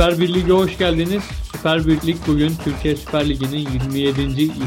Süper Bir Lig'e hoş geldiniz. Süper Bir Lig bugün Türkiye Süper Ligi'nin 27.,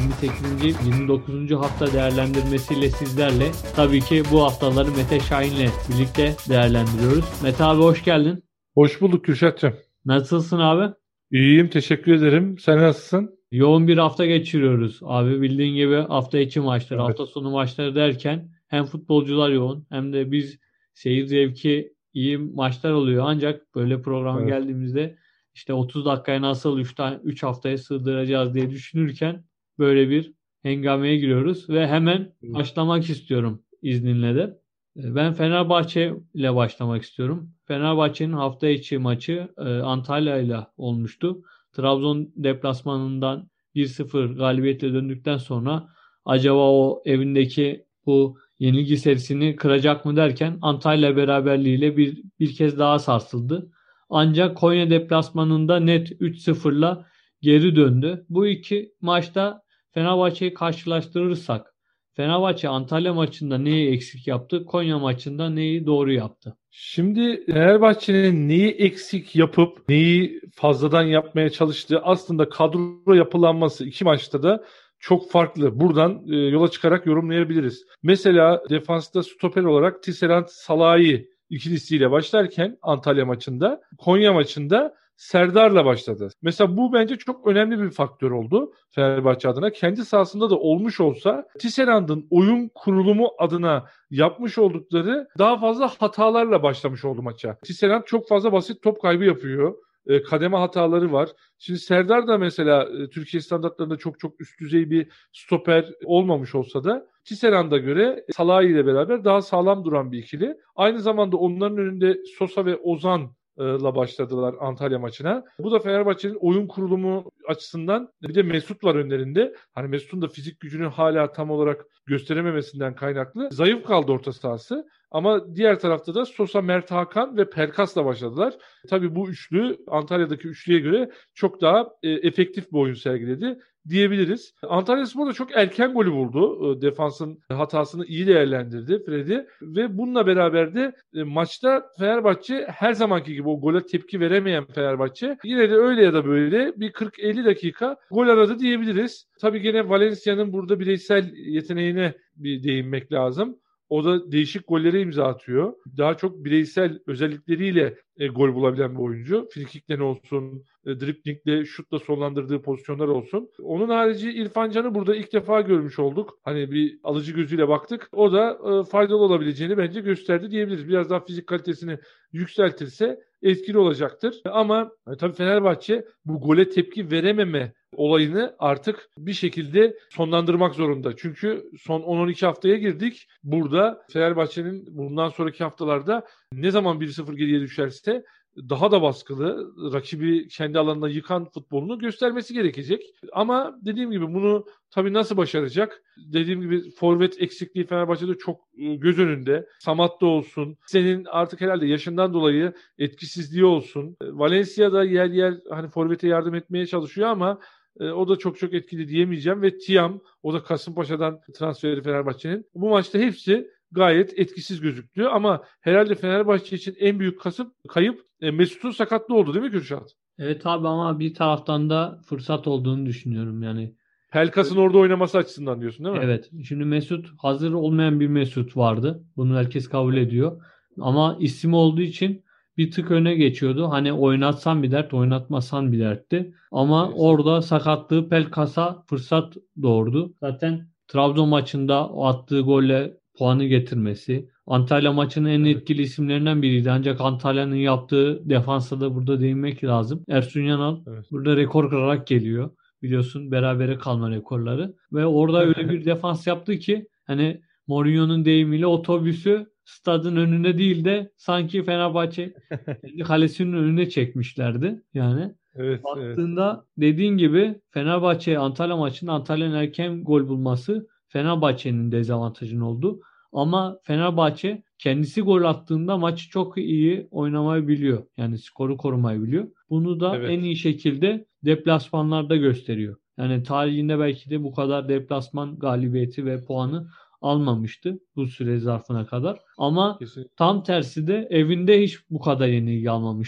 28., 29. hafta değerlendirmesiyle sizlerle. Tabii ki bu haftaları Mete Şahin'le birlikte değerlendiriyoruz. Mete abi hoş geldin. Hoş bulduk Kürşat'cığım. Nasılsın abi? İyiyim, teşekkür ederim. Sen nasılsın? Yoğun bir hafta geçiriyoruz abi. Bildiğin gibi hafta içi maçları, Evet. hafta sonu maçları derken hem futbolcular yoğun hem de biz seyir zevki iyi maçlar oluyor. Ancak böyle programa Evet. geldiğimizde işte 30 dakikaya nasıl 3 haftaya sığdıracağız diye düşünürken böyle bir hengameye giriyoruz ve hemen başlamak istiyorum izninle de. Ben Fenerbahçe ile başlamak istiyorum. Fenerbahçe'nin hafta içi maçı Antalya ile olmuştu. Trabzon deplasmanından 1-0 galibiyetle döndükten sonra acaba o evindeki bu yenilgi serisini kıracak mı derken Antalya beraberliğiyle bir kez daha sarsıldı. Ancak Konya deplasmanında net 3-0'la geri döndü. Bu iki maçta Fenerbahçe'yi karşılaştırırsak Fenerbahçe Antalya maçında neyi eksik yaptı? Konya maçında neyi doğru yaptı? Şimdi Fenerbahçe'nin neyi eksik yapıp neyi fazladan yapmaya çalıştığı aslında kadro yapılanması iki maçta da çok farklı. Buradan yola çıkarak yorumlayabiliriz. Mesela defansta stoper olarak Tisserand Salahi ikilisiyle başlarken Antalya maçında, Konya maçında Serdar'la başladı. Mesela bu bence çok önemli bir faktör oldu Fenerbahçe adına. Kendi sahasında da olmuş olsa Tisserand'ın oyun kurulumu adına yapmış oldukları daha fazla hatalarla başlamış oldu maça. Tisserand çok fazla basit top kaybı yapıyor. Kademe hataları var. Şimdi Serdar da mesela Türkiye standartlarında çok çok üst düzey bir stoper olmamış olsa da Tisserand'a göre Salahi ile beraber daha sağlam duran bir ikili. Aynı zamanda onların önünde Sosa ve Ozan'la başladılar Antalya maçına. Bu da Fenerbahçe'nin oyun kurulumu açısından, bir de Mesut var önlerinde. Hani Mesut'un da fizik gücünü hala tam olarak gösterememesinden kaynaklı zayıf kaldı orta sahası. Ama diğer tarafta da Sosa, Mert Hakan ve Pelkas'la başladılar. Tabii bu üçlü Antalya'daki üçlüye göre çok daha efektif bir oyun sergiledi diyebiliriz. Antalyaspor da çok erken golü buldu. Defansın hatasını iyi değerlendirdi Freddy ve bununla beraber de maçta Fenerbahçe her zamanki gibi o gole tepki veremeyen Fenerbahçe yine de öyle ya da böyle bir 40-50 dakika gol aradı diyebiliriz. Tabii gene Valencia'nın burada bireysel yeteneğine bir değinmek lazım. O da değişik gollere imza atıyor. Daha çok bireysel özellikleriyle gol bulabilen bir oyuncu. Frikikle olsun, driblingle, şutla sonlandırdığı pozisyonlar olsun. Onun harici İrfan Can'ı burada ilk defa görmüş olduk. Hani bir alıcı gözüyle baktık. O da faydalı olabileceğini bence gösterdi diyebiliriz. Biraz daha fizik kalitesini yükseltirse etkili olacaktır. Ama tabii Fenerbahçe bu gole tepki verememe olayını artık bir şekilde sonlandırmak zorunda. Çünkü son 10-12 haftaya girdik. Burada Fenerbahçe'nin bundan sonraki haftalarda ne zaman 1-0 geriye düşerse daha da baskılı, rakibi kendi alanında yıkan futbolunu göstermesi gerekecek. Ama dediğim gibi bunu tabii nasıl başaracak? Dediğim gibi forvet eksikliği Fenerbahçe'de çok göz önünde. Samat'ta olsun. Senin artık herhalde yaşından dolayı etkisizliği olsun. Valencia da yer yer hani forvete yardım etmeye çalışıyor ama o da çok çok etkili diyemeyeceğim ve Tiam, o da Kasımpaşa'dan transferi Fenerbahçe'nin. Bu maçta hepsi gayet etkisiz gözüktü ama herhalde Fenerbahçe için en büyük kayıp Mesut'un sakatlığı oldu değil mi Kürşat? Evet abi ama bir taraftan da fırsat olduğunu düşünüyorum yani. Pelkas'ın orada oynaması açısından diyorsun değil mi? Evet. Şimdi Mesut hazır olmayan bir Mesut vardı. Bunu herkes kabul ediyor. Ama isim olduğu için bir tık öne geçiyordu. Hani oynatsan bir dert, oynatmasan bir dertti. Ama Kesinlikle. orada sakatlığı Pelkas'a fırsat doğurdu. Zaten Trabzon maçında o attığı golle puanı getirmesi. Antalya maçının en Evet. etkili isimlerinden biriydi. Ancak Antalya'nın yaptığı defansa da burada değinmek lazım. Ersun Yanal Evet. burada rekor kırarak geliyor. Biliyorsun berabere kalma rekorları. Ve orada öyle bir defans yaptı ki hani Mourinho'nun deyimiyle otobüsü stadın önüne değil de sanki Fenerbahçe kendi kalesinin önüne çekmişlerdi. Yani Evet, evet. baktığında dediğin gibi Fenerbahçe Antalya maçında Antalya'nın erken gol bulması Fenerbahçe'nin dezavantajını oldu. Ama Fenerbahçe kendisi gol attığında maçı çok iyi oynamayı biliyor. Yani skoru korumayı biliyor. Bunu da en Evet. iyi şekilde deplasmanlarda gösteriyor. Yani tarihinde belki de bu kadar deplasman galibiyeti ve puanı almamıştı bu süre zarfına kadar. Ama Kesinlikle. tam tersi de evinde hiç bu kadar yenilgi almamıştı.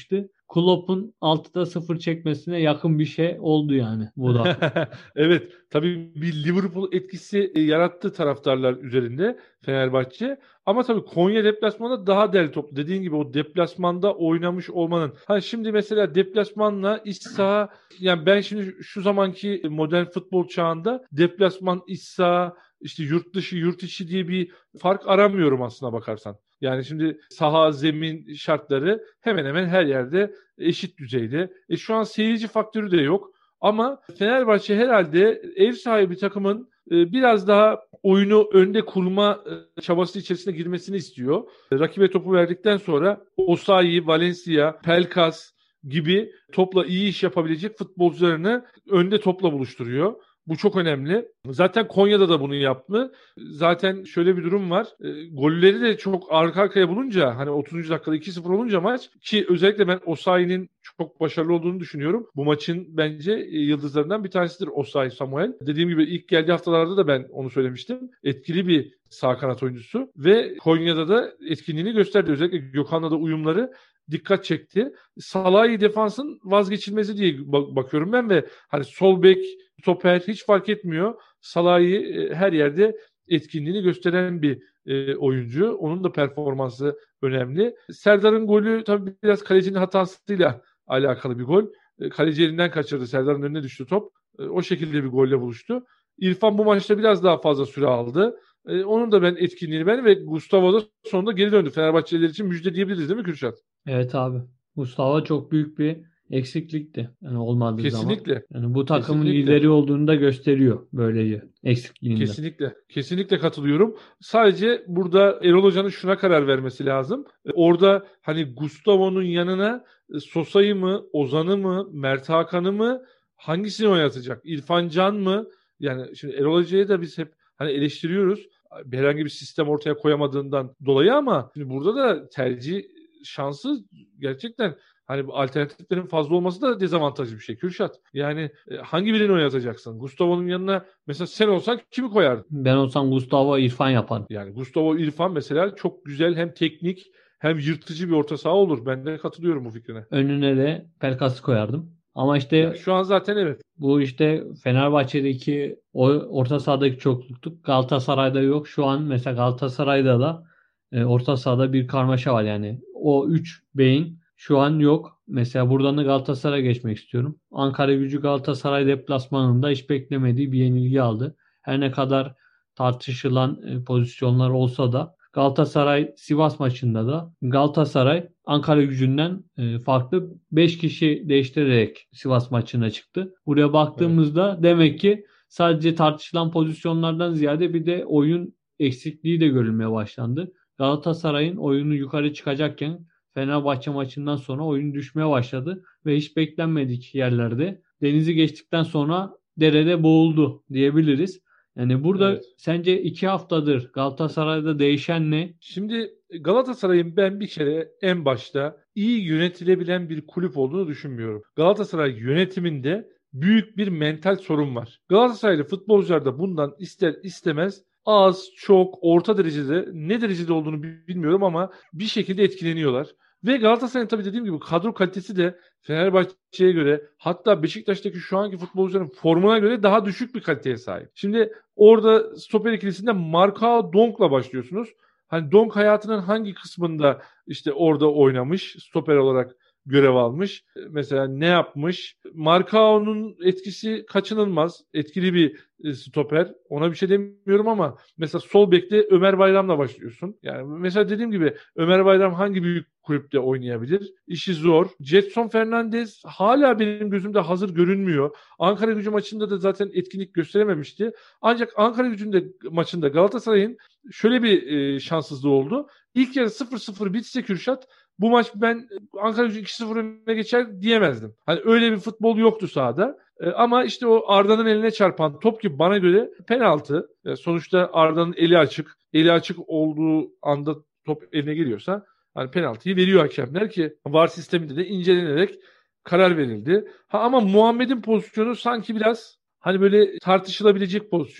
Klopp'un 6'da 0 çekmesine yakın bir şey oldu yani bu da. Evet, tabii bir Liverpool etkisi yarattı taraftarlar üzerinde Fenerbahçe. Ama tabii Konya deplasmanında daha derli toplu. Dediğin gibi o deplasmanda oynamış olmanın. Ha şimdi mesela deplasmanla iç saha, yani ben şimdi şu zamanki modern futbol çağında deplasman, iç saha, işte yurt dışı, yurt içi diye bir fark aramıyorum aslına bakarsan. Yani şimdi saha, zemin şartları hemen hemen her yerde eşit düzeyde. Şu an seyirci faktörü de yok. Ama Fenerbahçe herhalde ev sahibi takımın biraz daha oyunu önde kurma çabası içerisine girmesini istiyor. Rakibe topu verdikten sonra Osayi, Valencia, Pelkas gibi topla iyi iş yapabilecek futbolcularını önde topla buluşturuyor. Bu çok önemli. Zaten Konya'da da bunu yaptı. Zaten şöyle bir durum var. Golleri de çok arka arkaya bulunca, hani 30. dakikada 2-0 olunca maç, ki özellikle ben Osayi'nin çok başarılı olduğunu düşünüyorum. Bu maçın bence yıldızlarından bir tanesidir Osayi Samuel. Dediğim gibi ilk geldiği haftalarda da ben onu söylemiştim. Etkili bir sağ kanat oyuncusu ve Konya'da da etkinliğini gösterdi. Özellikle Gökhan'la da uyumları dikkat çekti. Salahi defansın vazgeçilmezi diye bakıyorum ben ve hani sol bek, stoper hiç fark etmiyor. Salahi her yerde etkinliğini gösteren bir oyuncu. Onun da performansı önemli. Serdar'ın golü tabii biraz kalecinin hatasıyla alakalı bir gol. Kaleci elinden kaçırdı. Serdar'ın önüne düştü top. O şekilde bir golle buluştu. İrfan bu maçta biraz daha fazla süre aldı. Onun da ben etkinliğini beğendim ve Gustavo da sonunda geri döndü. Fenerbahçeliler için müjde diyebiliriz değil mi Kürşat? Evet abi. Mustafa çok büyük bir eksiklikti. Yani olmadığı zaman. Kesinlikle. Yani bu takımın Kesinlikle. lideri olduğunu da gösteriyor böylece eksikliğinde. Kesinlikle. Kesinlikle katılıyorum. Sadece burada Erol Hoca'nın şuna karar vermesi lazım. Orada hani Gustavo'nun yanına Sosa'yı mı, Ozan'ı mı, Mert Hakan'ı mı, hangisini oynatacak? İrfan Can mı? Yani şimdi Erol Hoca'yı da biz hep hani eleştiriyoruz. Herhangi bir sistem ortaya koyamadığından dolayı, ama şimdi burada da tercih şansı gerçekten, hani bu alternatiflerin fazla olması da dezavantajlı bir şey Kürşat. Yani hangi birini oynatacaksın? Gustavo'nun yanına mesela sen olsan kimi koyardın? Ben olsam Gustavo İrfan yaparım. Yani Gustavo İrfan mesela çok güzel, hem teknik hem yırtıcı bir orta saha olur. Ben de katılıyorum bu fikrine. Önüne de Pelkas'ı koyardım. Ama Ya işte şu an zaten evet. bu işte Fenerbahçe'deki o orta sahadaki çokluktuk. Galatasaray'da yok. Şu an mesela Galatasaray'da da orta sahada bir karmaşa var yani. O 3 beyin şu an yok. Mesela buradan da Galatasaray'a geçmek istiyorum. Ankaragücü Galatasaray deplasmanında hiç beklemediği bir yenilgi aldı. Her ne kadar tartışılan pozisyonlar olsa da Galatasaray Sivas maçında da Galatasaray Ankaragücü'nden farklı 5 kişi değiştirerek Sivas maçına çıktı. Buraya Evet. baktığımızda demek ki sadece tartışılan pozisyonlardan ziyade bir de oyun eksikliği de görülmeye başlandı. Galatasaray'ın oyunu yukarı çıkacakken Fenerbahçe maçından sonra oyun düşmeye başladı ve hiç beklenmedik yerlerde denizi geçtikten sonra derede boğuldu diyebiliriz. Yani burada Evet. sence 2 haftadır Galatasaray'da değişen ne? Şimdi Galatasaray'ın ben bir kere en başta iyi yönetilebilen bir kulüp olduğunu düşünmüyorum. Galatasaray yönetiminde büyük bir mental sorun var. Galatasaraylı futbolcular da bundan ister istemez az, çok, orta derecede, ne derecede olduğunu bilmiyorum ama bir şekilde etkileniyorlar. Ve Galatasaray'ın tabii dediğim gibi kadro kalitesi de Fenerbahçe'ye göre, hatta Beşiktaş'taki şu anki futbolcuların formuna göre daha düşük bir kaliteye sahip. Şimdi orada stoper ikilisinde Marka Donk'la başlıyorsunuz. Hani Donk hayatının hangi kısmında işte orada oynamış, stoper olarak görev almış? Mesela ne yapmış? Markao'nun etkisi kaçınılmaz. Etkili bir stoper. Ona bir şey demiyorum ama mesela sol bekte Ömer Bayram'la başlıyorsun. Yani mesela dediğim gibi Ömer Bayram hangi büyük kulüpte oynayabilir? İşi zor. Jetson Fernandez hala benim gözümde hazır görünmüyor. Ankara Gücü maçında da zaten etkinlik gösterememişti. Ancak Ankara Gücü'nde maçında Galatasaray'ın şöyle bir şanssızlığı oldu. İlk yarı 0-0 bitse Kürşat, bu maç ben Ankara Gücü 2-0 önüne geçer diyemezdim. Hani öyle bir futbol yoktu sahada. Ama işte o Arda'nın eline çarpan top gibi bana göre penaltı. Sonuçta Arda'nın eli açık. Eli açık olduğu anda top eline geliyorsa hani penaltıyı veriyor hakemler, ki VAR sisteminde de incelenerek karar verildi. Ha ama Muhammed'in pozisyonu sanki biraz hani böyle tartışılabilecek pozisyon.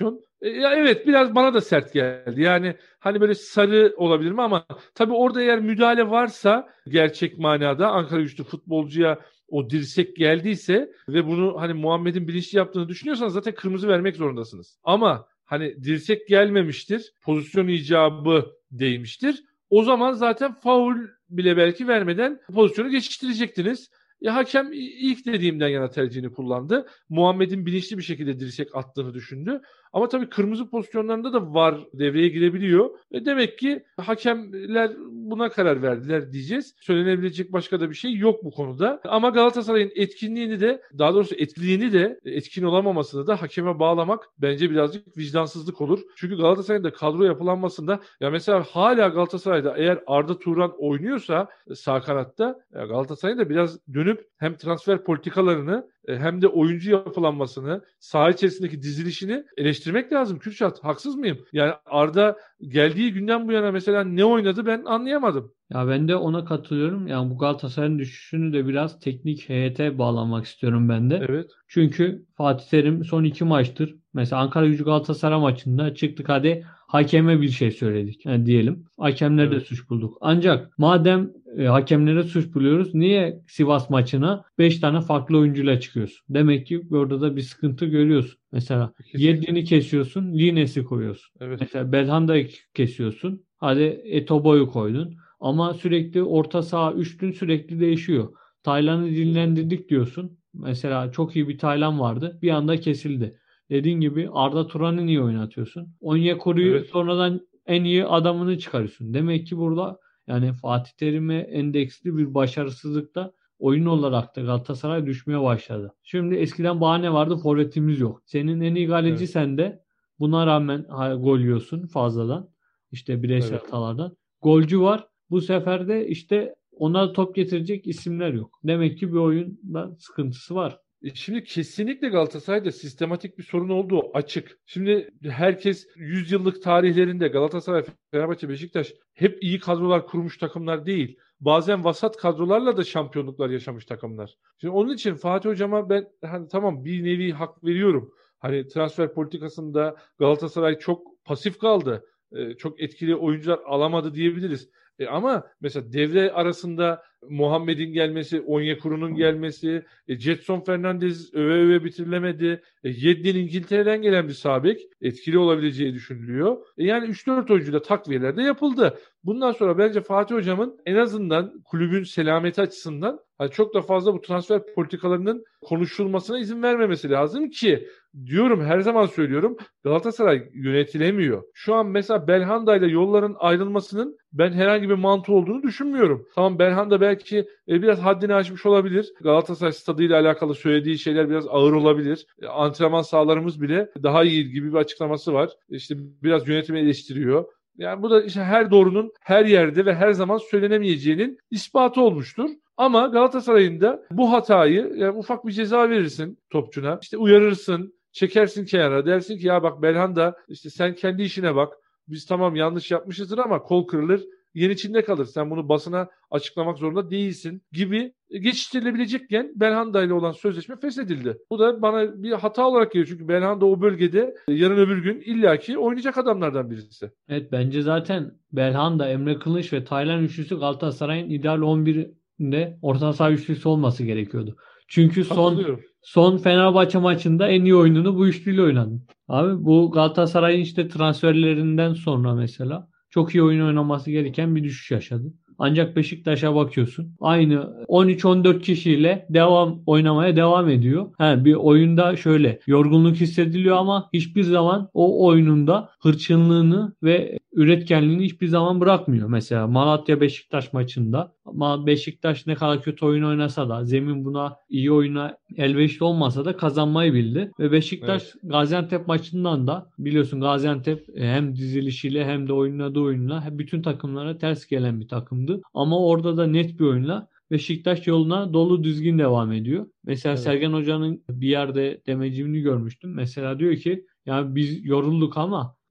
Ya evet, biraz bana da sert geldi. Yani hani böyle sarı olabilir mi, ama tabii orada eğer müdahale varsa gerçek manada Ankara-Gücü futbolcuya o dirsek geldiyse ve bunu hani Muhammed'in bilinçli yaptığını düşünüyorsanız zaten kırmızı vermek zorundasınız. Ama hani dirsek gelmemiştir, pozisyon icabı değmiştir. O zaman zaten faul bile belki vermeden pozisyonu geçiştirecektiniz. Hakem ilk dediğimden yana tercihini kullandı. Muhammed'in bilinçli bir şekilde dirsek attığını düşündü. Ama tabii kırmızı pozisyonlarında da VAR devreye girebiliyor. Demek ki hakemler buna karar verdiler diyeceğiz. Söylenebilecek başka da bir şey yok bu konuda. Ama Galatasaray'ın etkinliğini de, daha doğrusu etkiliğini de, etkin olamamasını da hakeme bağlamak bence birazcık vicdansızlık olur. Çünkü Galatasaray'ın da kadro yapılanmasında, ya mesela hala Galatasaray'da eğer Arda Turan oynuyorsa sağ kanatta, Galatasaray'ın da biraz dönüp hem transfer politikalarını hem de oyuncu yapılanmasını, saha içerisindeki dizilişini eleştirmek lazım. Kürşat, haksız mıyım? Yani Arda geldiği günden bu yana mesela ne oynadı ben anlayamadım. Ya ben de ona katılıyorum. Yani bu Galatasaray'ın düşüşünü de biraz teknik heyete bağlamak istiyorum ben de. Evet. Çünkü Fatih Terim son 2 maçtır, mesela Ankara-Gücü Galatasaray maçında çıktık, hadi hakeme bir şey söyledik yani diyelim. Hakemlere de Evet. suç bulduk. Ancak madem hakemlere suç buluyoruz, niye Sivas maçına 5 tane farklı oyuncuyla çıkıyorsun? Demek ki orada da bir sıkıntı görüyorsun. Mesela Kesinlikle. Yedlin'i kesiyorsun, Lines'i koyuyorsun. Evet. Mesela Belhanda'yı kesiyorsun, hadi Etobo'yu koydun. Ama sürekli orta saha üçlün sürekli değişiyor. Taylan'ı dinlendirdik diyorsun. Mesela çok iyi bir Taylan vardı. Bir anda kesildi. Dediğin gibi Arda Turan'ı niye oynatıyorsun? Onyekuru'yu Evet. sonradan en iyi adamını çıkarıyorsun. Demek ki burada yani Fatih Terim'e endeksli bir başarısızlıkta oyun olarak da Galatasaray düşmeye başladı. Şimdi eskiden bahane vardı, forvetimiz yok. Senin en iyi kaleci Evet. sende. Buna rağmen gol yiyorsun fazladan. İşte bireysel Evet. hatalardan. Golcü var. Bu sefer de işte ona top getirecek isimler yok. Demek ki bir oyunda sıkıntısı var. Şimdi kesinlikle Galatasaray'da sistematik bir sorun olduğu açık. Şimdi herkes 100 yıllık tarihlerinde Galatasaray, Fenerbahçe, Beşiktaş hep iyi kadrolar kurmuş takımlar değil. Bazen vasat kadrolarla da şampiyonluklar yaşamış takımlar. Şimdi onun için Fatih Hocam'a ben hani tamam bir nevi hak veriyorum. Hani transfer politikasında Galatasaray çok pasif kaldı. Çok etkili oyuncular alamadı diyebiliriz. Ama mesela devre arasında Muhammed'in gelmesi, Onyekuru'nun gelmesi, Jetson Fernandez öve öve bitirilemedi. Yedlin İngiltere'den gelen bir sağ bek, etkili olabileceği düşünülüyor. Yani 3-4 oyuncu da takviyeler de yapıldı. Bundan sonra bence Fatih Hocam'ın en azından kulübün selameti açısından hani çok da fazla bu transfer politikalarının konuşulmasına izin vermemesi lazım ki, diyorum, her zaman söylüyorum, Galatasaray yönetilemiyor. Şu an mesela Belhanda ile yolların ayrılmasının ben herhangi bir mantığı olduğunu düşünmüyorum. Tamam, Belhanda belki biraz haddini aşmış olabilir. Galatasaray stadıyla alakalı söylediği şeyler biraz ağır olabilir. Antrenman sahalarımız bile daha iyi gibi bir açıklaması var. İşte biraz yönetimi eleştiriyor. Yani bu da işte her doğrunun her yerde ve her zaman söylenemeyeceğinin ispatı olmuştur. Ama Galatasaray'ın da bu hatayı, yani ufak bir ceza verirsin topçuna, işte uyarırsın, çekersin kenara, dersin ki ya bak Belhanda, işte sen kendi işine bak. Biz tamam yanlış yapmışızdır ama kol kırılır, yen içinde kalır. Sen bunu basına açıklamak zorunda değilsin gibi geçiştirilebilecekken Belhanda ile olan sözleşme feshedildi. Bu da bana bir hata olarak geliyor. Çünkü Belhanda o bölgede yarın öbür gün illaki oynayacak adamlardan birisi. Evet, bence zaten Belhanda, Emre Kılıç ve Taylan üçlüsü Galatasaray'ın ideal 11'inde orta saha üçlüsü olması gerekiyordu. Çünkü son Katılıyorum. son Fenerbahçe maçında en iyi oyununu bu üçlüyle oynadı. Abi bu Galatasaray'ın işte transferlerinden sonra mesela çok iyi oyun oynaması gereken bir düşüş yaşadı. Ancak Beşiktaş'a bakıyorsun, aynı 13-14 kişiyle oynamaya devam ediyor. Bir oyunda şöyle yorgunluk hissediliyor ama hiçbir zaman o oyununda hırçınlığını ve üretkenliğini hiçbir zaman bırakmıyor. Mesela Malatya Beşiktaş maçında, ama Beşiktaş ne kadar kötü oyun oynasa da, zemin buna iyi oyuna elverişli olmasa da kazanmayı bildi. Ve Beşiktaş Evet. Gaziantep maçından da biliyorsun, Gaziantep hem dizilişiyle hem de oynadığı oyunla bütün takımlara ters gelen bir takımdı. Ama orada da net bir oyunla Beşiktaş yoluna dolu düzgün devam ediyor. Mesela Evet. Sergen Hoca'nın bir yerde demecini görmüştüm. Mesela diyor ki ya biz yorulduk ama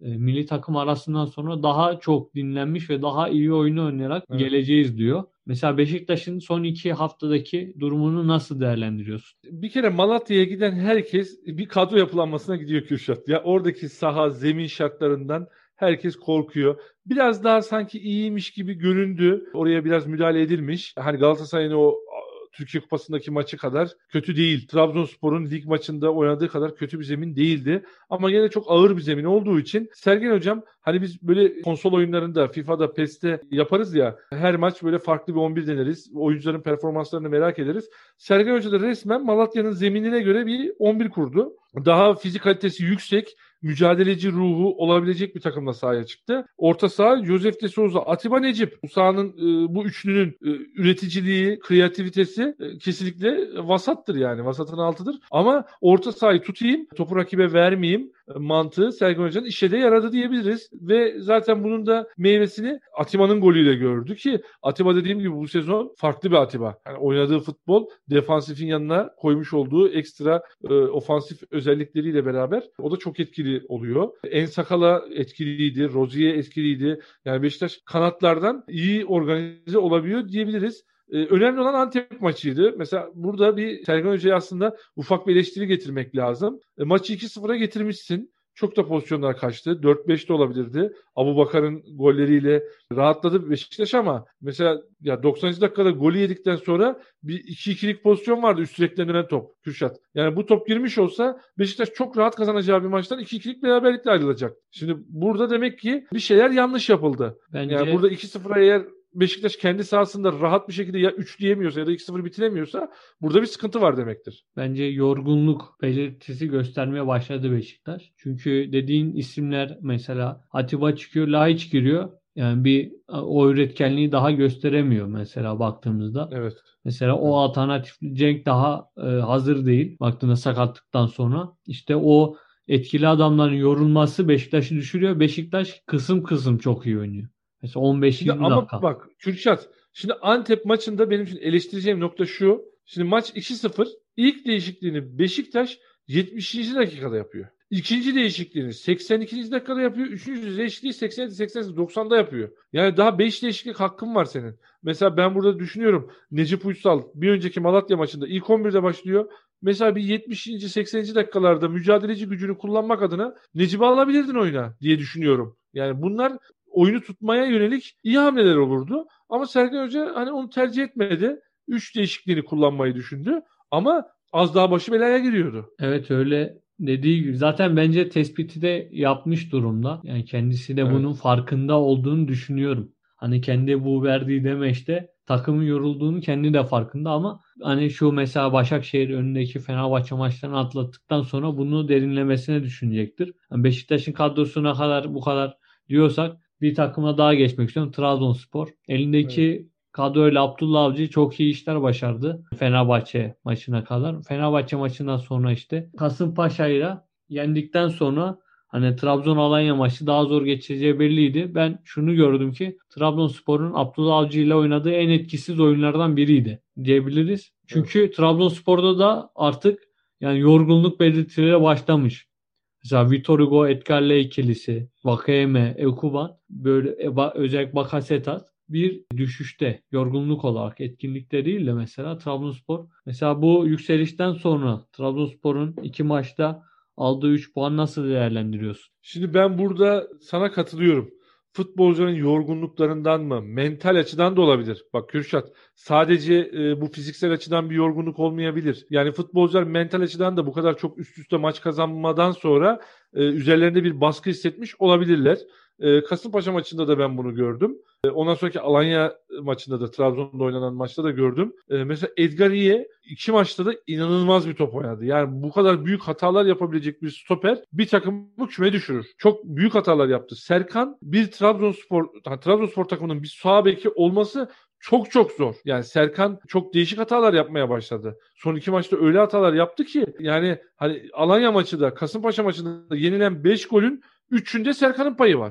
milli takım arasından sonra daha çok dinlenmiş ve daha iyi oyunu oynayarak Evet. geleceğiz diyor. Mesela Beşiktaş'ın son 2 haftadaki durumunu nasıl değerlendiriyorsun? Bir kere Malatya'ya giden herkes bir kadro yapılanmasına gidiyor Kürşat. Ya oradaki saha, zemin şartlarından herkes korkuyor. Biraz daha sanki iyiymiş gibi göründü. Oraya biraz müdahale edilmiş. Hani Galatasaray'ın o Türkiye Kupası'ndaki maçı kadar kötü değil. Trabzonspor'un lig maçında oynadığı kadar kötü bir zemin değildi. Ama yine çok ağır bir zemin olduğu için Sergen Hocam hani biz böyle konsol oyunlarında FIFA'da PES'te yaparız ya, her maç böyle farklı bir 11 deneriz. Oyuncuların performanslarını merak ederiz. Sergen Hoca da resmen Malatya'nın zeminine göre bir 11 kurdu. Daha fizik kalitesi yüksek, mücadeleci ruhu olabilecek bir takımla sahaya çıktı. Orta saha Josef de Souza, Atiba Necip. Bu sahanın bu üçlünün üreticiliği, kreativitesi kesinlikle vasattır yani. Vasatın altıdır. Ama orta sahayı tutayım, topu rakibe vermeyeyim mantığı Sergen Hoca'nın işe de yaradı diyebiliriz. Ve zaten bunun da meyvesini Atiba'nın golüyle gördü ki Atiba dediğim gibi bu sezon farklı bir Atiba. Yani oynadığı futbol defansifin yanına koymuş olduğu ekstra ofansif özellikleriyle beraber o da çok etkili oluyor. Ensakala etkiliydi, Rozier etkiliydi. Yani Beşiktaş kanatlardan iyi organize olabiliyor diyebiliriz. Önemli olan Antep maçıydı. Mesela burada bir Sergen Hoca'ya aslında ufak bir eleştiri getirmek lazım. Maçı 2-0'a getirmişsin. Çok da pozisyonlar kaçtı. 4-5 de olabilirdi. Abubakar'ın golleriyle rahatladı Beşiktaş ama mesela ya 90. dakikada golü yedikten sonra bir 2-2'lik pozisyon vardı üst direkten dönen top Kürşat. Yani bu top girmiş olsa Beşiktaş çok rahat kazanacağı bir maçtan 2-2'lik beraberlikle ayrılacak. Şimdi burada demek ki bir şeyler yanlış yapıldı. Bence Yani burada 2-0'a eğer Beşiktaş kendi sahasında rahat bir şekilde ya 3'leyemiyorsa ya da 2-0 bitiremiyorsa burada bir sıkıntı var demektir. Bence yorgunluk belirtisi göstermeye başladı Beşiktaş. Çünkü dediğin isimler mesela Atiba çıkıyor, Laiç giriyor. Yani bir o üretkenliği daha gösteremiyor mesela baktığımızda. Evet. Mesela o alternatif Cenk daha hazır değil baktığında sakatlıktan sonra. İşte o etkili adamların yorulması Beşiktaş'ı düşürüyor. Beşiktaş kısım kısım çok iyi oynuyor. Mesela Şimdi 15-20 ama dakika. bak Kürşat, şimdi Antep maçında benim için eleştireceğim nokta şu. Şimdi maç 2-0. İlk değişikliğini Beşiktaş 70. dakikada yapıyor. İkinci değişikliğini 82. dakikada yapıyor. Üçüncü değişikliği 87, 88, 90'da yapıyor. Yani daha 5 değişiklik hakkın var senin. Mesela ben burada düşünüyorum. Necip Uysal bir önceki Malatya maçında ilk 11'de başlıyor. Mesela bir 70. 80. dakikalarda mücadeleci gücünü kullanmak adına Necip'i alabilirdin oyuna diye düşünüyorum. Yani bunlar oyunu tutmaya yönelik iyi hamleler olurdu. Ama Sergen Hoca hani onu tercih etmedi. 3 değişikliğini kullanmayı düşündü. Ama az daha başı belaya giriyordu. Evet öyle dediği gibi. Zaten bence tespiti de yapmış durumda. Yani kendisi de Evet. bunun farkında olduğunu düşünüyorum. Hani kendi bu verdiği demeçte takımın yorulduğunu kendi de farkında ama hani şu mesela Başakşehir önündeki Fenerbahçe maçlarını atlattıktan sonra bunu derinlemesine düşünecektir. Yani Beşiktaş'ın kadrosuna kadar bu kadar diyorsak bir takıma daha geçmek istiyorum. Trabzonspor. Evet. Elindeki kadroyla Abdullah Avcı çok iyi işler başardı Fenerbahçe maçına kadar. Fenerbahçe maçından sonra işte Kasımpaşa'yla yendikten sonra hani Trabzon-Alanya maçı daha zor geçeceği belliydi. Ben şunu gördüm ki Trabzonspor'un Abdullah Avcı ile oynadığı en etkisiz oyunlardan biriydi diyebiliriz. Evet. Çünkü Trabzonspor'da da artık yani yorgunluk belirtileri başlamış. Mesela Vitor Hugo, Edgar'le ikilisi, Vakayeme, Ekuban, böyle özellikle Bakasetas bir düşüşte yorgunluk olarak etkinlikte değil de mesela Trabzonspor mesela bu yükselişten sonra Trabzonspor'un 2 maçta aldığı 3 puan nasıl değerlendiriyorsun? Şimdi ben burada sana katılıyorum. Futbolcuların yorgunluklarından mı, mental açıdan da olabilir. Bak Kürşat, sadece bu fiziksel açıdan bir yorgunluk olmayabilir. Yani futbolcular mental açıdan da bu kadar çok üst üste maç kazanmadan sonra üzerlerinde bir baskı hissetmiş olabilirler. Kasımpaşa maçında da ben bunu gördüm. Ondan sonraki Alanya maçında da Trabzon'da oynanan maçta da gördüm. Mesela Edgariye 2 maçta da inanılmaz bir top oynadı. Yani bu kadar büyük hatalar yapabilecek bir stoper bir takımı küme düşürür. Çok büyük hatalar yaptı. Serkan bir Trabzonspor takımının bir sağ beki olması çok çok zor. Yani Serkan çok değişik hatalar yapmaya başladı. Son 2 maçta öyle hatalar yaptı ki yani hani Alanya maçı da Kasımpaşa maçında da yenilen 5 golün 3'ünde Serkan'ın payı var.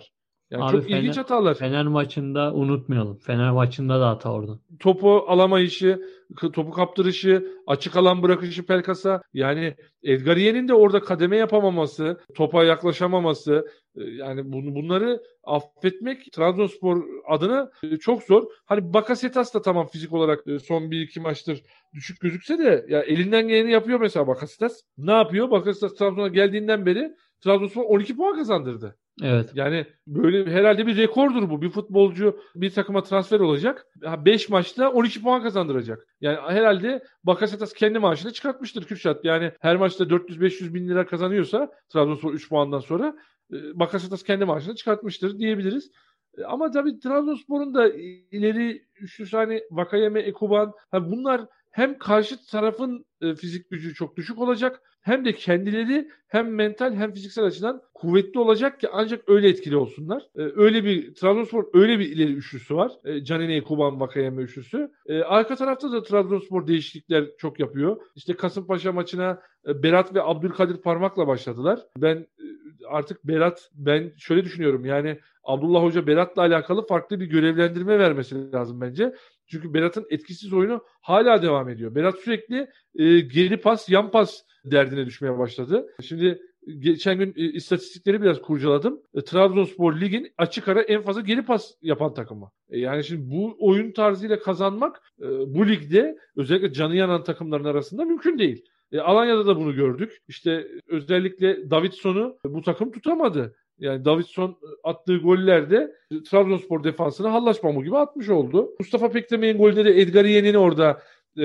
Yani Abi çok ilginç hatalar. Fener maçında unutmayalım. Fener maçında da hata orada. Topu alamayışı, topu kaptırışı, açık alan bırakışı Pelkas'a. Yani Edgariye'nin de orada kademe yapamaması, topa yaklaşamaması, yani bunları affetmek Trabzonspor adına çok zor. Hani Bakasetas da tamam fizik olarak son bir iki maçtır düşük gözükse de ya elinden geleni yapıyor mesela Bakasetas. Ne yapıyor? Bakasetas Trabzon'a geldiğinden beri Trabzonspor 12 puan kazandırdı. Evet. Yani böyle herhalde bir rekordur bu. Bir futbolcu bir takıma transfer olacak. 5 maçta 12 puan kazandıracak. Yani herhalde Bakasetas kendi maaşını çıkartmıştır Kürşat. Yani her maçta 400-500 bin lira kazanıyorsa Trabzonspor 3 puandan sonra Bakasetas kendi maaşını çıkartmıştır diyebiliriz. Ama tabii Trabzonspor'un da ileri üçlüsü hani Vakayeme, Ekuban bunlar hem karşı tarafın fizik gücü çok düşük olacak hem de kendileri hem mental hem fiziksel açıdan kuvvetli olacak ki ancak öyle etkili olsunlar. Öyle bir Trabzonspor öyle bir ileri üçlüsü var. Canini, Ekuban, Vakayeme üçlüsü. Arka tarafta da Trabzonspor değişiklikler çok yapıyor. İşte Kasımpaşa maçına Berat ve Abdülkadir Parmak'la başladılar. Ben şöyle düşünüyorum yani Abdullah Hoca Berat'la alakalı farklı bir görevlendirme vermesi lazım bence. Çünkü Berat'ın etkisiz oyunu hala devam ediyor. Berat sürekli geri pas, yan pas derdine düşmeye başladı. Şimdi geçen gün istatistikleri biraz kurcaladım. Trabzonspor ligin açık ara en fazla geri pas yapan takımı. Yani şimdi bu oyun tarzıyla kazanmak bu ligde özellikle canı yanan takımların arasında mümkün değil. Alanya'da da bunu gördük. İşte özellikle Davidson'u bu takım tutamadı. Yani Davidson attığı gollerde Trabzonspor defansını hallaç pamuğu gibi atmış oldu. Mustafa Pektemek'in golünde de Edgariye'nin orada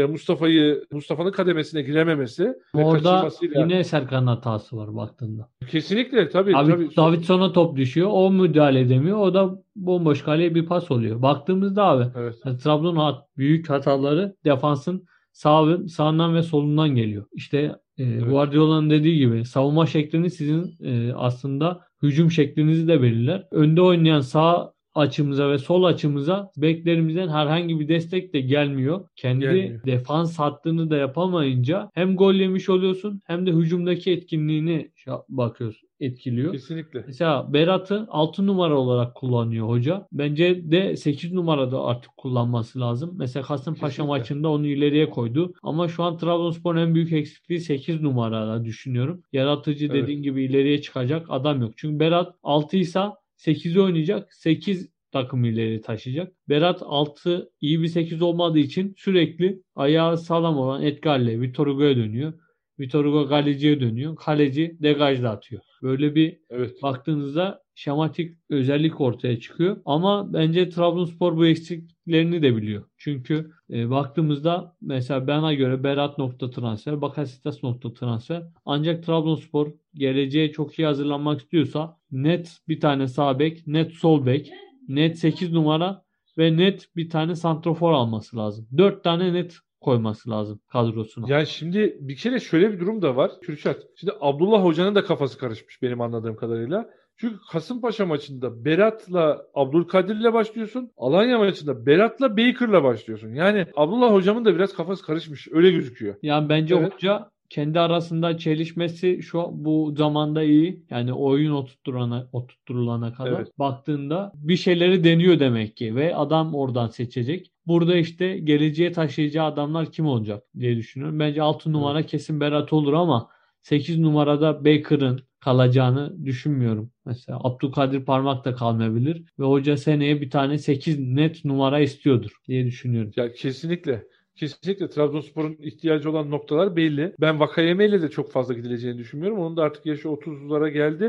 Mustafa'nın kademesine girememesi ve Orada kaçırmasıyla. yine Serkan'ın hatası var baktığında. Kesinlikle tabii. Davidson'a top düşüyor. O müdahale edemiyor. O da bomboş kaleye bir pas oluyor. Baktığımızda abi Evet. Trabzon'un büyük hataları defansın sağından ve solundan geliyor. İşte Guardiola'nın dediği gibi savunma şeklini sizin aslında hücum şeklinizi de belirler. Önde oynayan sağ açımıza ve sol açımıza beklerimizden herhangi bir destek de gelmiyor. Kendi defans hattını da yapamayınca hem gol yemiş oluyorsun hem de hücumdaki etkinliğini bakıyorsun etkiliyor. Kesinlikle. Mesela Berat'ı 6 numara olarak kullanıyor hoca. Bence de 8 numarada artık kullanması lazım. Mesela Kasımpaşa maçında onu ileriye koydu. Ama şu an Trabzonspor'un en büyük eksikliği 8 numarada düşünüyorum. Yaratıcı dediğin gibi ileriye çıkacak adam yok. Çünkü Berat 6 ise 8'i oynayacak. 8 takım ileri taşıyacak. Berat 6 iyi bir 8 olmadığı için sürekli ayağı sağlam olan Edgar'le Vitor Hugo'ya dönüyor. Vitor Hugo kaleciye dönüyor. Kaleci degajla atıyor. Böyle bir baktığınızda şematik özellik ortaya çıkıyor. Ama bence Trabzonspor bu eksiklerini de biliyor. Çünkü baktığımızda mesela bana göre Berat nokta transfer, Bakasetas nokta transfer. Ancak Trabzonspor geleceğe çok iyi hazırlanmak istiyorsa net bir tane sağ bek, net sol bek, net 8 numara ve net bir tane santrofor alması lazım. 4 tane net koyması lazım kadrosuna. Yani şimdi bir kere şöyle bir durum da var Kürşat. Şimdi Abdullah Hoca'nın da kafası karışmış benim anladığım kadarıyla. Çünkü Kasımpaşa maçında Berat'la Abdülkadir'le başlıyorsun. Alanya maçında Berat'la Baker'la başlıyorsun. Yani Abdullah Hocam'ın da biraz kafası karışmış. Öyle gözüküyor. Yani bence hoca kendi arasında çelişmesi bu zamanda iyi. Yani oyun oturtturulana kadar baktığında bir şeyleri deniyor demek ki ve adam oradan seçecek. Burada işte geleceğe taşıyacağı adamlar kim olacak diye düşünüyorum. Bence 6 numara kesin Berat olur ama 8 numarada Baker'ın kalacağını düşünmüyorum. Mesela Abdülkadir Parmak da kalmayabilir ve hoca seneye bir tane 8 net numara istiyordur diye düşünüyorum. Ya kesinlikle. Kesinlikle Trabzonspor'un ihtiyacı olan noktalar belli. Ben Vakayeme ile de çok fazla gidileceğini düşünmüyorum. Onun da artık yaşı 30'lara geldi.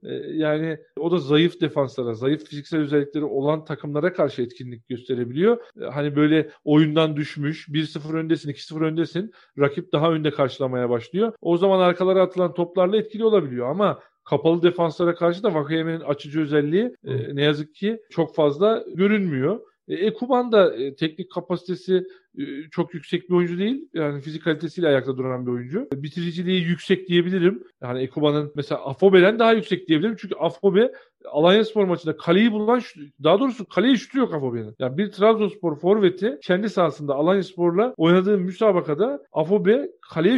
Yani o da zayıf defanslara, zayıf fiziksel özellikleri olan takımlara karşı etkinlik gösterebiliyor. Hani böyle oyundan düşmüş, 1-0 öndesin, 2-0 öndesin. Rakip daha önde karşılamaya başlıyor. O zaman arkalara atılan toplarla etkili olabiliyor ama kapalı defanslara karşı da Vakayeme'nin açıcı özelliği ne yazık ki çok fazla görünmüyor. Ekuban da teknik kapasitesi çok yüksek bir oyuncu değil. Yani fizik kalitesiyle ayakta duran bir oyuncu. Bitiriciliği yüksek diyebilirim. Yani Ekuban'ın mesela Afobe'den daha yüksek diyebilirim. Çünkü Afobe Alanyaspor maçında kaleyi bulan, daha doğrusu kaleyi şutu yok Afobe'nin. Yani bir Trabzonspor forveti kendi sahasında Alanyaspor'la oynadığı müsabakada Afobe kaleye şut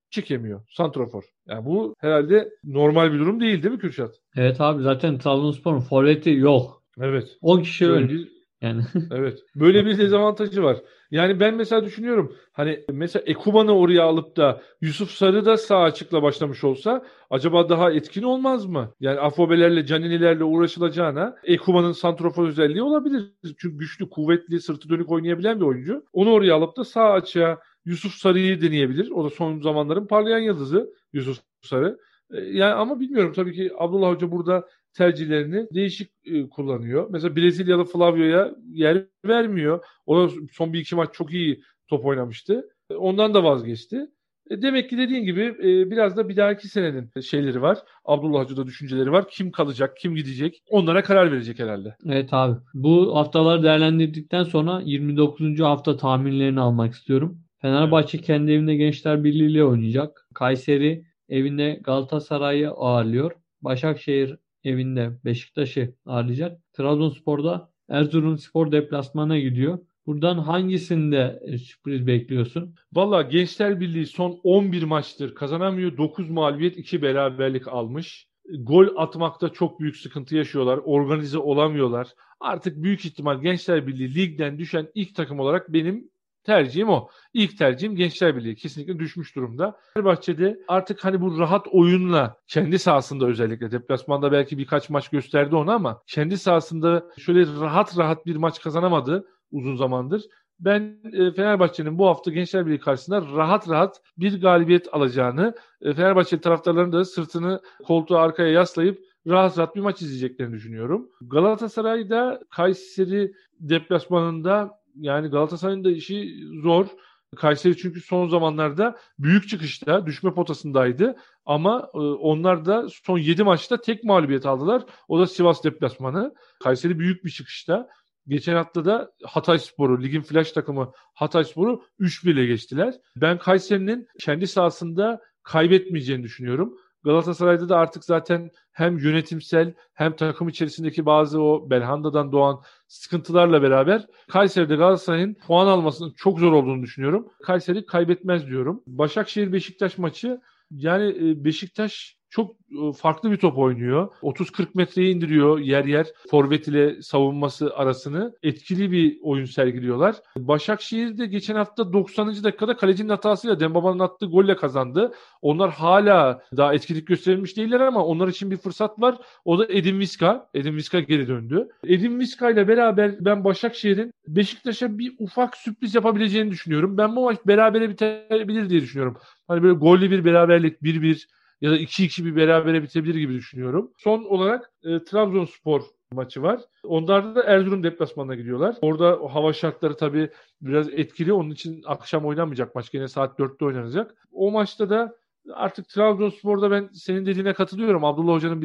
çekemiyor santrafor. Yani bu herhalde normal bir durum değil mi Kürşat? Evet abi, zaten Trabzonspor'un forveti yok. Evet. 10 kişi Böyle ön. bir Yani Evet. Böyle bir dezavantajı var. Yani ben mesela düşünüyorum, hani mesela Ekuban'ı oraya alıp da Yusuf Sarı da sağ açıkla başlamış olsa acaba daha etkin olmaz mı? Yani Afobe'lerle, Canini'lerle uğraşılacağına Ekuban'ın santrafor özelliği olabilir. Çünkü güçlü, kuvvetli, sırtı dönük oynayabilen bir oyuncu. Onu oraya alıp da sağ açığa Yusuf Sarı'yı deneyebilir. O da son zamanların parlayan yıldızı Yusuf Sarı. Yani ama bilmiyorum, tabii ki Abdullah Hoca burada tercihlerini değişik kullanıyor. Mesela Brezilyalı Flavio'ya yer vermiyor. O da son bir iki maç çok iyi top oynamıştı. Ondan da vazgeçti. Demek ki dediğin gibi biraz da bir dahaki senenin şeyleri var. Abdullah Hoca'da düşünceleri var. Kim kalacak, kim gidecek? Onlara karar verecek herhalde. evet abi. Bu haftaları değerlendirdikten sonra 29. hafta tahminlerini almak istiyorum. Fenerbahçe kendi evinde Gençler Birliği ile oynayacak. Kayseri evinde Galatasaray'ı ağırlıyor. Başakşehir evinde Beşiktaş'ı ağırlayacak. Trabzonspor'da Erzurumspor deplasmana gidiyor. Buradan hangisinde sürpriz bekliyorsun? Valla Gençler Birliği son 11 maçtır kazanamıyor. 9 mağlubiyet, 2 beraberlik almış. Gol atmakta çok büyük sıkıntı yaşıyorlar. Organize olamıyorlar. Artık büyük ihtimal Gençler Birliği ligden düşen ilk takım olarak benim tercihim o. İlk tercihim Gençler Birliği. Kesinlikle düşmüş durumda. Fenerbahçe'de artık hani bu rahat oyunla kendi sahasında, özellikle deplasmanda belki birkaç maç gösterdi onu ama kendi sahasında şöyle rahat rahat bir maç kazanamadı uzun zamandır. Ben Fenerbahçe'nin bu hafta Gençler Birliği karşısında rahat rahat bir galibiyet alacağını, Fenerbahçe taraftarlarının da sırtını koltuğa arkaya yaslayıp rahat rahat bir maç izleyeceklerini düşünüyorum. Galatasaray'da Kayseri deplasmanında, yani Galatasaray'ın da işi zor. Kayseri çünkü son zamanlarda büyük çıkışta, düşme potasındaydı. Ama onlar da son 7 maçta tek mağlubiyet aldılar. O da Sivas deplasmanı. Kayseri büyük bir çıkışta. Geçen hafta da Hatayspor'u, ligin flash takımı Hatayspor'u 3-1 ile geçtiler. Ben Kayseri'nin kendi sahasında kaybetmeyeceğini düşünüyorum. Galatasaray'da da artık zaten hem yönetimsel hem takım içerisindeki bazı o Belhanda'dan doğan sıkıntılarla beraber Kayseri'de Galatasaray'ın puan almasının çok zor olduğunu düşünüyorum. Kayseri kaybetmez diyorum. Başakşehir-Beşiktaş maçı, yani Beşiktaş çok farklı bir top oynuyor. 30-40 metreye indiriyor yer yer forvet ile savunması arasını. Etkili bir oyun sergiliyorlar. Başakşehir de geçen hafta 90. dakikada kalecinin hatasıyla Dembaba'nın attığı golle kazandı. Onlar hala daha etkinlik gösterilmiş değiller ama onlar için bir fırsat var. O da Edin Viska. Edin Viska geri döndü. Edin Viska ile beraber ben Başakşehir'in Beşiktaş'a bir ufak sürpriz yapabileceğini düşünüyorum. Ben bu maç berabere bitebilir diye düşünüyorum. Hani böyle gollü bir beraberlik, 1-1 ya da 2-2 bir berabere bitebilir gibi düşünüyorum. Son olarak Trabzonspor maçı var. Onlar da Erzurum deplasmanına gidiyorlar. Orada o hava şartları tabii biraz etkili. Onun için akşam oynanmayacak maç. Gene saat 4'te oynanacak. O maçta da artık Trabzonspor'da ben senin dediğine katılıyorum. Abdullah Hoca'nın bir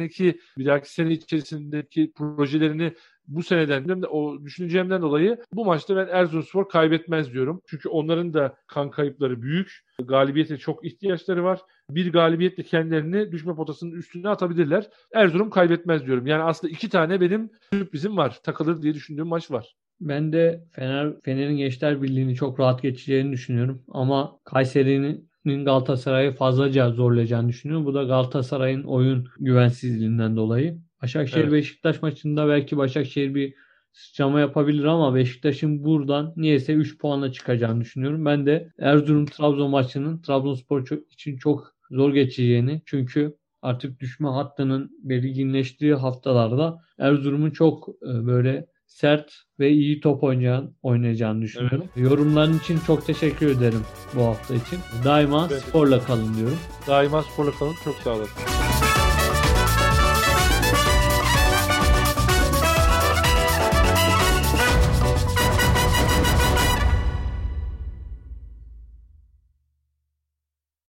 dahaki sene içerisindeki projelerini bu seneden de o düşüneceğimden dolayı bu maçta ben Erzurumspor kaybetmez diyorum. Çünkü onların da kan kayıpları büyük. Galibiyete çok ihtiyaçları var. Bir galibiyetle kendilerini düşme potasının üstüne atabilirler. Erzurum kaybetmez diyorum. Yani aslında 2 tane benim sürprizim var. Takılır diye düşündüğüm maç var. Ben de Fener'in Gençler Birliği'ni çok rahat geçeceğini düşünüyorum. Ama Kayseri'nin Galatasaray'ı fazlaca zorlayacağını düşünüyorum. Bu da Galatasaray'ın oyun güvensizliğinden dolayı. Başakşehir-Beşiktaş maçında belki Başakşehir bir sıçrama yapabilir ama Beşiktaş'ın buradan niyeyse 3 puanla çıkacağını düşünüyorum. Ben de Erzurum-Trabzon maçının Trabzonspor için çok zor geçeceğini, çünkü artık düşme hattının belirginleştiği haftalarda Erzurum'un çok böyle sert ve iyi top oynayacağını düşünüyorum. Evet. Yorumların için çok teşekkür ederim bu hafta için. Daima sporla kalın diyorum. Daima sporla kalın. Çok sağ olun.